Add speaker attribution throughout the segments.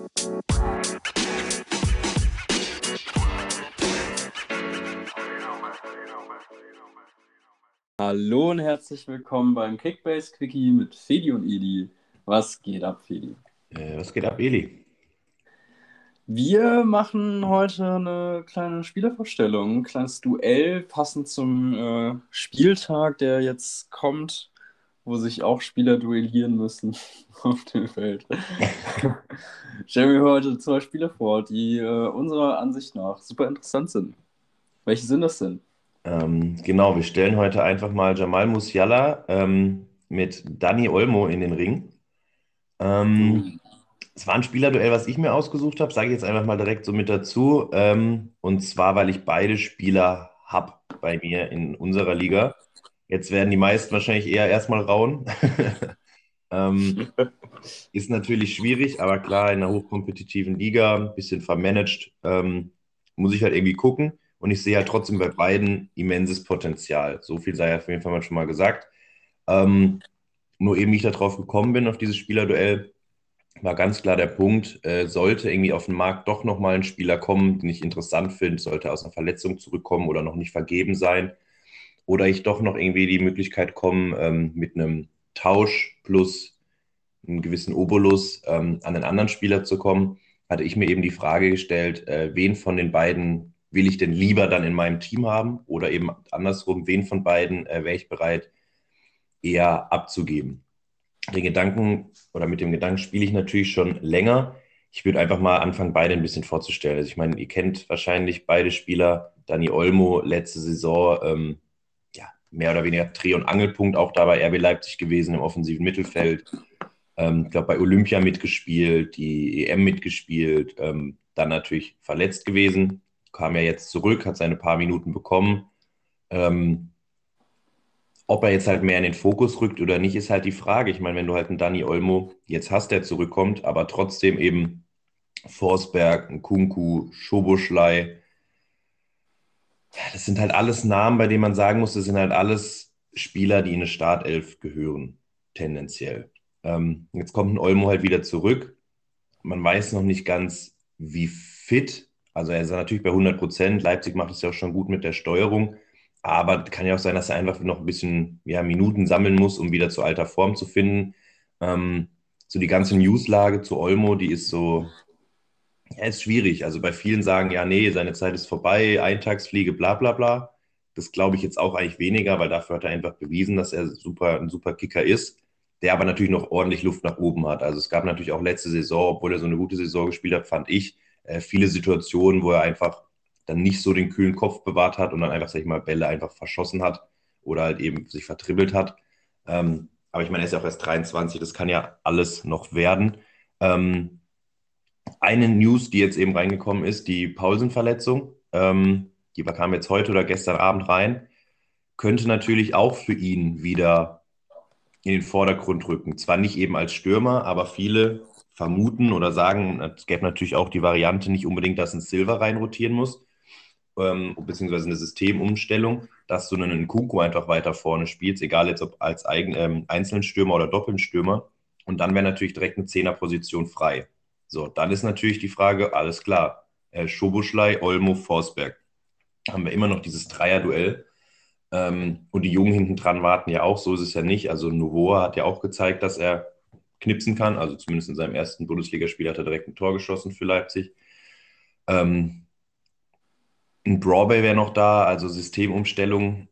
Speaker 1: Hallo und herzlich willkommen beim Kickbase Quickie mit Fedi und Edi. Was geht ab, Fedi?
Speaker 2: Was geht ab, Eli?
Speaker 1: Wir machen heute eine kleine Spielervorstellung, ein kleines Duell passend zum Spieltag, der jetzt kommt, wo sich auch Spieler duellieren müssen auf dem Feld. Stellen wir heute zwei Spieler vor, die unserer Ansicht nach super interessant sind. Welche sind das denn?
Speaker 2: Genau, wir stellen heute einfach mal Jamal Musiala mit Dani Olmo in den Ring.
Speaker 1: Jo.
Speaker 2: Es war ein Spielerduell, was ich mir ausgesucht habe, sage ich jetzt einfach mal direkt so mit dazu. Und zwar, weil ich beide Spieler habe bei mir in unserer Liga. Jetzt werden die meisten wahrscheinlich eher erstmal rauen. Ähm, Ist natürlich schwierig, aber klar, in einer hochkompetitiven Liga, ein bisschen vermanagt, muss ich halt irgendwie gucken. Und ich sehe halt trotzdem bei beiden immenses Potenzial. So viel sei auf jeden Fall mal schon mal gesagt. Ähm, Nur eben, wie ich darauf gekommen bin, auf dieses Spielerduell, war ganz klar der Punkt, sollte irgendwie auf den Markt doch nochmal ein Spieler kommen, den ich interessant finde, sollte aus einer Verletzung zurückkommen oder noch nicht vergeben sein, oder ich doch noch irgendwie die Möglichkeit komme, mit einem Tausch plus einen gewissen Obolus an einen anderen Spieler zu kommen, hatte ich mir eben die Frage gestellt, wen von den beiden will ich denn lieber dann in meinem Team haben oder eben andersrum, wen von beiden wäre ich bereit eher abzugeben. Den Gedanken oder mit dem Gedanken spiele ich natürlich schon länger. Ich würde einfach mal anfangen, beide ein bisschen vorzustellen. Also ich meine, ihr kennt wahrscheinlich beide Spieler. Dani Olmo, letzte Saison, ja, mehr oder weniger Dreh- und Angelpunkt auch da bei RB Leipzig gewesen im offensiven Mittelfeld. Ich glaube, bei Olympia mitgespielt, die EM mitgespielt, dann natürlich verletzt gewesen, kam ja jetzt zurück, hat seine paar Minuten bekommen. Ähm, Ob er jetzt halt mehr in den Fokus rückt oder nicht, ist halt die Frage. Ich meine, wenn du halt einen Dani Olmo jetzt hast, der zurückkommt, aber trotzdem eben Forsberg, ein Kunku, Szoboszlai, das sind halt alles Namen, bei denen man sagen muss, das sind halt alles Spieler, die in eine Startelf gehören, tendenziell. Jetzt kommt ein Olmo halt wieder zurück. Man weiß noch nicht ganz, wie fit. Also er ist natürlich bei 100%. Leipzig macht es ja auch schon gut mit der Steuerung. Aber kann ja auch sein, dass er einfach noch ein bisschen ja, Minuten sammeln muss, um wieder zu alter Form zu finden. Ähm, so die ganze Newslage zu Olmo, die ist so, ja, ist schwierig. Also bei vielen sagen, ja, nee, seine Zeit ist vorbei, Eintagsfliege, bla bla bla. Das glaube ich jetzt auch eigentlich weniger, weil dafür hat er einfach bewiesen, dass er ein super Kicker ist, der aber natürlich noch ordentlich Luft nach oben hat. Also es gab natürlich auch letzte Saison, obwohl er so eine gute Saison gespielt hat, fand ich, viele Situationen, wo er einfach dann nicht so den kühlen Kopf bewahrt hat und dann einfach, sag ich mal, Bälle einfach verschossen hat oder halt eben sich vertribbelt hat. Aber ich meine, er ist ja auch erst 23, das kann ja alles noch werden. Ähm, Eine News, die jetzt eben reingekommen ist, die Paulsen-Verletzung, die kam jetzt heute oder gestern Abend rein, könnte natürlich auch für ihn wieder in den Vordergrund rücken. Zwar nicht eben als Stürmer, aber viele vermuten oder sagen, es gäbe natürlich auch die Variante, nicht unbedingt, dass ein Silva reinrotieren muss, beziehungsweise eine Systemumstellung, dass du einen Nkunku einfach weiter vorne spielst, egal jetzt ob als einzelnen Stürmer oder Doppelstürmer. Und dann wäre natürlich direkt eine Zehnerposition frei. So, dann ist natürlich die Frage, alles klar, Szoboszlai, Olmo, Forsberg. Haben wir immer noch dieses Dreierduell. Und die Jungen hinten dran warten ja auch, so ist es ja nicht. Also Novoa hat ja auch gezeigt, dass er knipsen kann. Also zumindest in seinem ersten Bundesligaspiel hat er direkt ein Tor geschossen für Leipzig. Ähm, ein Broadway wäre noch da, also Systemumstellung.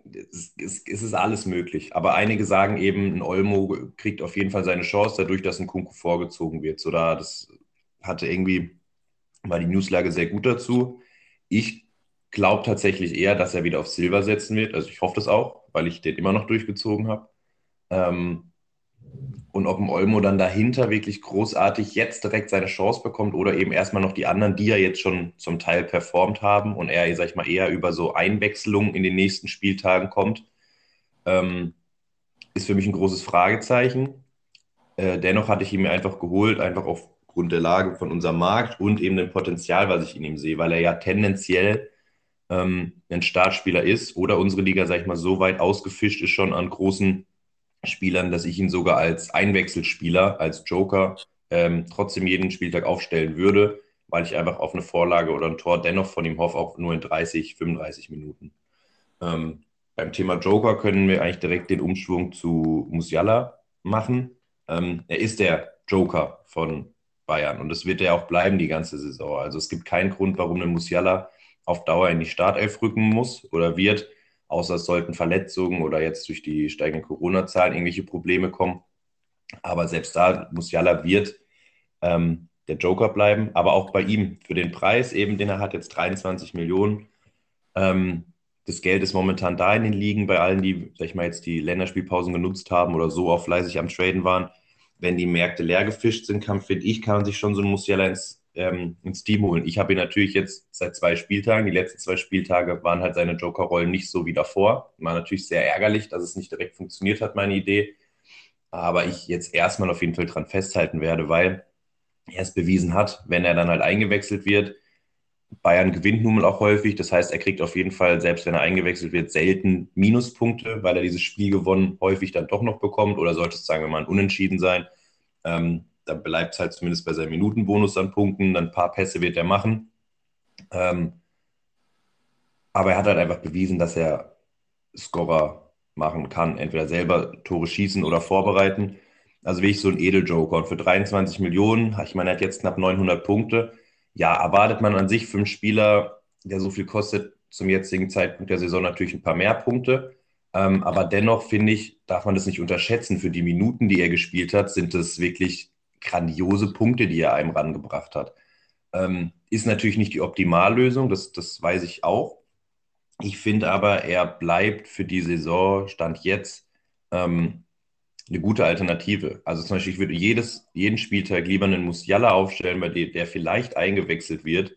Speaker 2: Es ist alles möglich. Aber einige sagen eben, ein Olmo kriegt auf jeden Fall seine Chance, dadurch, dass ein Kunku vorgezogen wird. So da, das hatte irgendwie, war die Newslage sehr gut dazu. Ich glaube tatsächlich eher, dass er wieder auf Silver setzen wird. Also ich hoffe das auch, weil ich den immer noch durchgezogen habe. Ähm, und ob ein Olmo dann dahinter wirklich großartig jetzt direkt seine Chance bekommt oder eben erstmal noch die anderen, die ja jetzt schon zum Teil performt haben und er, sag ich mal, eher über so Einwechslung in den nächsten Spieltagen kommt, ähm, ist für mich ein großes Fragezeichen. Dennoch hatte ich ihn mir einfach geholt, einfach aufgrund der Lage von unserem Markt und eben dem Potenzial, was ich in ihm sehe, weil er ja tendenziell ein Startspieler ist oder unsere Liga, sag ich mal, so weit ausgefischt ist schon an großen Spielern, dass ich ihn sogar als Einwechselspieler, als Joker trotzdem jeden Spieltag aufstellen würde, weil ich einfach auf eine Vorlage oder ein Tor dennoch von ihm hoffe, auch nur in 30, 35 Minuten. Beim Thema Joker können wir eigentlich direkt den Umschwung zu Musiala machen. Er ist der Joker von Bayern und das wird er auch bleiben die ganze Saison. Also es gibt keinen Grund, warum ein Musiala auf Dauer in die Startelf rücken muss oder wird, außer es sollten Verletzungen oder jetzt durch die steigenden Corona-Zahlen irgendwelche Probleme kommen. Aber selbst da, Musiala wird der Joker bleiben, aber auch bei ihm für den Preis eben, den er hat, jetzt 23 Millionen. Das Geld ist momentan da in den Ligen bei allen, die, sag ich mal, jetzt die Länderspielpausen genutzt haben oder so auch fleißig am Traden waren. Wenn die Märkte leer gefischt sind, finde ich, kann man sich schon so einen Musiala ins Team holen. Ich habe ihn natürlich jetzt seit 2 Spieltagen. Die letzten 2 Spieltage waren halt seine Joker-Rollen nicht so wie davor. War natürlich sehr ärgerlich, dass es nicht direkt funktioniert hat, meine Idee. Aber ich jetzt erstmal auf jeden Fall dran festhalten werde, weil er es bewiesen hat, wenn er dann halt eingewechselt wird. Bayern gewinnt nun mal auch häufig. Das heißt, er kriegt auf jeden Fall, selbst wenn er eingewechselt wird, selten Minuspunkte, weil er dieses Spiel gewonnen häufig dann doch noch bekommt. Oder sollte es, sagen wir mal, ein Unentschieden sein. Dann bleibt es halt zumindest bei seinem Minutenbonus an Punkten. Dann ein paar Pässe wird er machen. Ähm, aber er hat halt einfach bewiesen, dass er Scorer machen kann. Entweder selber Tore schießen oder vorbereiten. Also wirklich so ein Edeljoker. Und für 23 Millionen, ich meine, er hat jetzt knapp 900 Punkte. Ja, erwartet man an sich für einen Spieler, der so viel kostet, zum jetzigen Zeitpunkt der Saison natürlich ein paar mehr Punkte. Aber dennoch finde ich, darf man das nicht unterschätzen. Für die Minuten, die er gespielt hat, sind es wirklich grandiose Punkte, die er einem rangebracht hat. Ist natürlich nicht die Optimallösung, das weiß ich auch. Ich finde aber, er bleibt für die Saison, Stand jetzt, ähm, eine gute Alternative. Also zum Beispiel, ich würde jeden Spieltag lieber einen Musiala aufstellen, bei dem der vielleicht eingewechselt wird,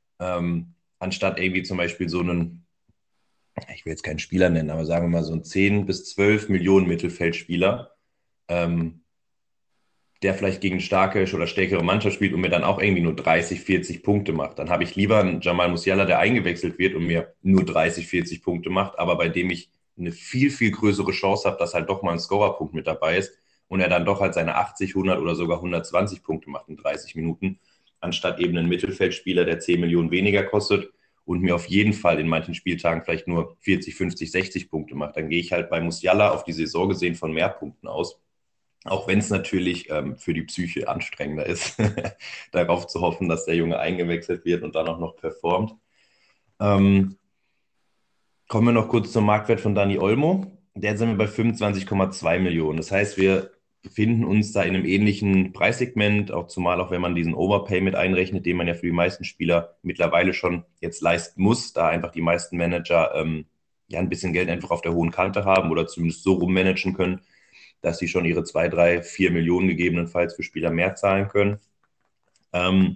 Speaker 2: anstatt irgendwie zum Beispiel so einen, ich will jetzt keinen Spieler nennen, aber sagen wir mal so einen 10 bis 12 Millionen Mittelfeldspieler, ähm, der vielleicht gegen eine starke oder stärkere Mannschaft spielt und mir dann auch irgendwie nur 30, 40 Punkte macht. Dann habe ich lieber einen Jamal Musiala, der eingewechselt wird und mir nur 30, 40 Punkte macht, aber bei dem ich eine viel, viel größere Chance habe, dass halt doch mal ein Scorerpunkt mit dabei ist und er dann doch halt seine 80, 100 oder sogar 120 Punkte macht in 30 Minuten, anstatt eben einen Mittelfeldspieler, der 10 Millionen weniger kostet und mir auf jeden Fall in manchen Spieltagen vielleicht nur 40, 50, 60 Punkte macht. Dann gehe ich halt bei Musiala auf die Saison gesehen von mehr Punkten aus. Auch wenn es natürlich für die Psyche anstrengender ist, darauf zu hoffen, dass der Junge eingewechselt wird und dann auch noch performt. Ähm, Kommen wir noch kurz zum Marktwert von Dani Olmo. Der sind wir bei 25,2 Millionen. Das heißt, wir befinden uns da in einem ähnlichen Preissegment, auch zumal auch wenn man diesen Overpay mit einrechnet, den man ja für die meisten Spieler mittlerweile schon jetzt leisten muss, da einfach die meisten Manager ja ein bisschen Geld einfach auf der hohen Kante haben oder zumindest so rummanagen können, dass sie schon ihre 2, 3, 4 Millionen gegebenenfalls für Spieler mehr zahlen können. Ähm,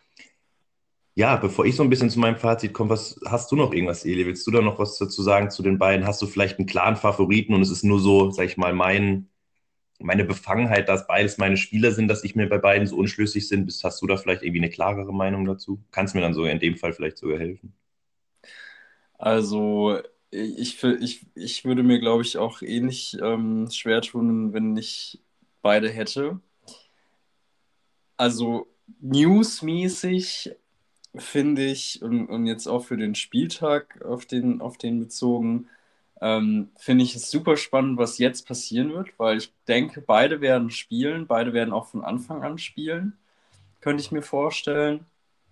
Speaker 2: ja, bevor ich so ein bisschen zu meinem Fazit komme, was hast du noch irgendwas, Eli? Willst du da noch was dazu sagen zu den beiden? Hast du vielleicht einen klaren Favoriten und es ist nur so, sag ich mal, meine Befangenheit, dass beides meine Spieler sind, dass ich mir bei beiden so unschlüssig bin? Hast du da vielleicht irgendwie eine klarere Meinung dazu? Kannst mir dann sogar in dem Fall vielleicht sogar helfen?
Speaker 1: Also, ich würde mir, glaube ich, auch ähnlich schwer tun, wenn ich beide hätte. Also, newsmäßig finde ich, und jetzt auch für den Spieltag auf den bezogen, finde ich es super spannend, was jetzt passieren wird, weil ich denke, beide werden spielen, beide werden auch von Anfang an spielen, könnte ich mir vorstellen.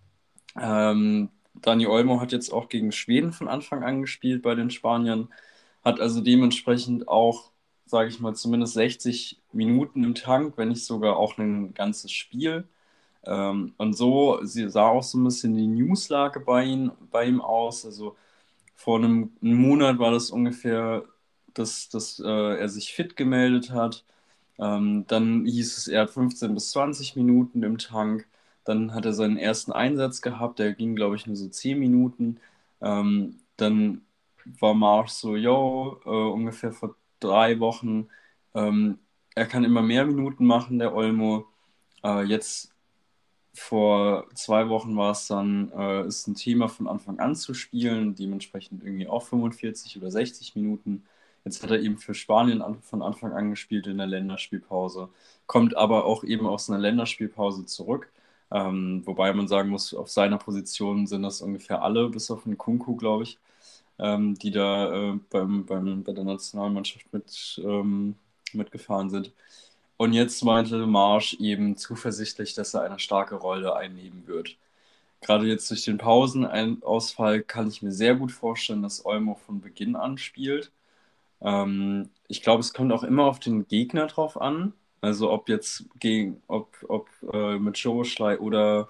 Speaker 1: Dani Olmo hat jetzt auch gegen Schweden von Anfang an gespielt bei den Spaniern, hat also dementsprechend auch, sage ich mal, zumindest 60 Minuten im Tank, wenn nicht sogar auch ein ganzes Spiel. Und so sah auch so ein bisschen die Newslage bei ihm aus. Also vor einem Monat war das ungefähr, dass er sich fit gemeldet hat. Dann hieß es, er hat 15 bis 20 Minuten im Tank. Dann hat er seinen ersten Einsatz gehabt, der ging, glaube ich, nur so 10 Minuten. Dann war Marsch so, yo, ungefähr vor 3 Wochen. Ähm, Er kann immer mehr Minuten machen, der Olmo. Jetzt vor 2 Wochen war es dann, ist ein Thema von Anfang an zu spielen, dementsprechend irgendwie auch 45 oder 60 Minuten Jetzt hat er eben für Spanien von Anfang an gespielt in der Länderspielpause, kommt aber auch eben aus einer Länderspielpause zurück. Wobei man sagen muss, auf seiner Position sind das ungefähr alle, bis auf den Kunku, glaube ich, die da bei der Nationalmannschaft mitgefahren sind. Und jetzt meinte Marsch eben zuversichtlich, dass er eine starke Rolle einnehmen wird. Gerade jetzt durch den Pausenausfall kann ich mir sehr gut vorstellen, dass Olmo von Beginn an spielt. Ich glaube, es kommt auch immer auf den Gegner drauf an. Also ob jetzt ob mit Szoboszlai oder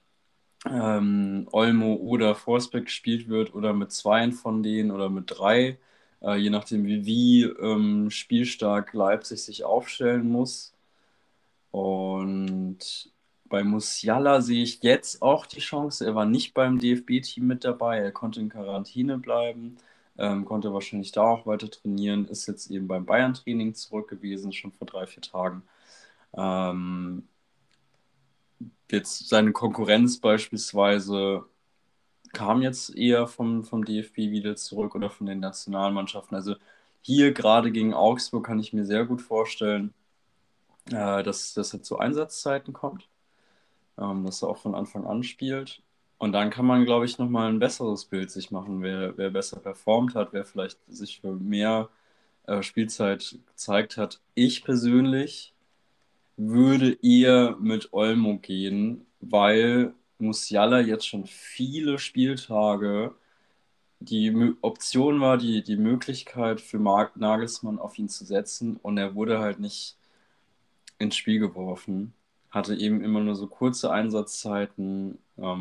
Speaker 1: Olmo oder Forsberg gespielt wird oder mit zweien von denen oder mit drei, je nachdem wie spielstark Leipzig sich aufstellen muss. Und bei Musiala sehe ich jetzt auch die Chance. Er war nicht beim DFB-Team mit dabei. Er konnte in Quarantäne bleiben, konnte wahrscheinlich da auch weiter trainieren, ist jetzt eben beim Bayern-Training zurück gewesen, schon vor 3, 4 Tagen. Ähm, Jetzt seine Konkurrenz beispielsweise kam jetzt eher vom DFB wieder zurück oder von den Nationalmannschaften. Also hier gerade gegen Augsburg kann ich mir sehr gut vorstellen, dass er zu Einsatzzeiten kommt, dass er auch von Anfang an spielt. Und dann kann man, glaube ich, nochmal ein besseres Bild sich machen, wer besser performt hat, wer vielleicht sich für mehr Spielzeit gezeigt hat. Ich persönlich würde eher mit Olmo gehen, weil Musiala jetzt schon viele Spieltage die Option war, die Möglichkeit für Marc Nagelsmann auf ihn zu setzen und er wurde halt nicht ins Spiel geworfen. Hatte eben immer nur so kurze Einsatzzeiten.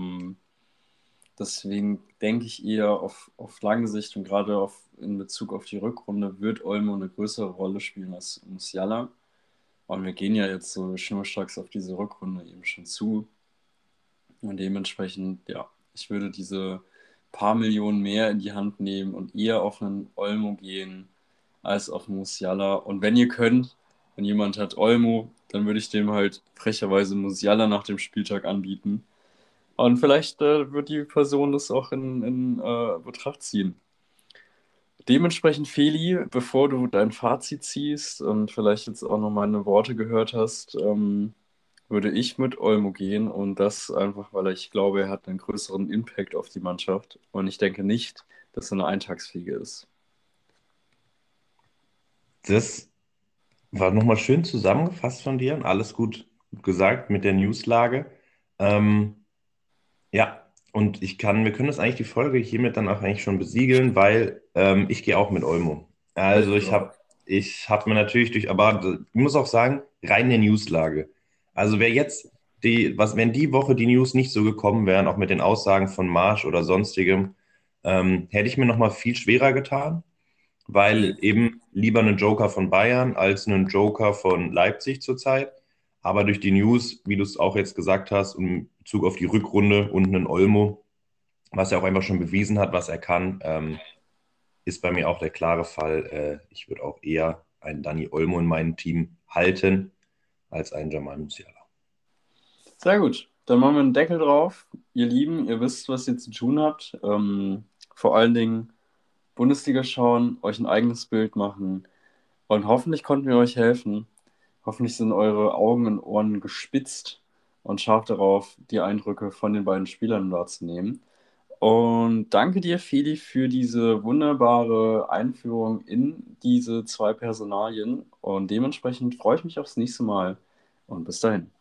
Speaker 1: Deswegen denke ich eher auf lange Sicht und gerade in Bezug auf die Rückrunde wird Olmo eine größere Rolle spielen als Musiala. Und wir gehen ja jetzt so schnurstracks auf diese Rückrunde eben schon zu. Und dementsprechend, ja, ich würde diese paar Millionen mehr in die Hand nehmen und eher auf einen Olmo gehen als auf Musiala. Und wenn ihr könnt, wenn jemand hat Olmo, dann würde ich dem halt frecherweise Musiala nach dem Spieltag anbieten. Und vielleicht wird die Person das auch in Betracht ziehen. Dementsprechend, Feli, bevor du dein Fazit ziehst und vielleicht jetzt auch noch meine Worte gehört hast, würde ich mit Olmo gehen und das einfach, weil ich glaube, er hat einen größeren Impact auf die Mannschaft und ich denke nicht, dass er eine Eintagsfliege ist.
Speaker 2: Das war nochmal schön zusammengefasst von dir und alles gut gesagt mit der Newslage. Ähm, ja, und wir können das eigentlich die Folge hiermit dann auch eigentlich schon besiegeln, weil ich gehe auch mit Olmo. Also
Speaker 1: Ja.
Speaker 2: ich habe mir natürlich aber ich muss auch sagen, rein der Newslage. Also wer jetzt wenn die Woche die News nicht so gekommen wären, auch mit den Aussagen von Marsch oder sonstigem, hätte ich mir nochmal viel schwerer getan, weil eben lieber einen Joker von Bayern als einen Joker von Leipzig zurzeit. Aber durch die News, wie du es auch jetzt gesagt hast, in Bezug auf die Rückrunde und einen Olmo, was er auch einfach schon bewiesen hat, was er kann, ist bei mir auch der klare Fall. Ich würde auch eher einen Dani Olmo in meinem Team halten als einen Jamal Musiala.
Speaker 1: Sehr gut. Dann machen wir einen Deckel drauf. Ihr Lieben, ihr wisst, was ihr zu tun habt. Vor allen Dingen Bundesliga schauen, euch ein eigenes Bild machen und hoffentlich konnten wir euch helfen. Hoffentlich sind eure Augen und Ohren gespitzt und scharf darauf, die Eindrücke von den beiden Spielern wahrzunehmen. Und danke dir, Feli, für diese wunderbare Einführung in diese zwei Personalien. Und dementsprechend freue ich mich aufs nächste Mal. Und bis dahin.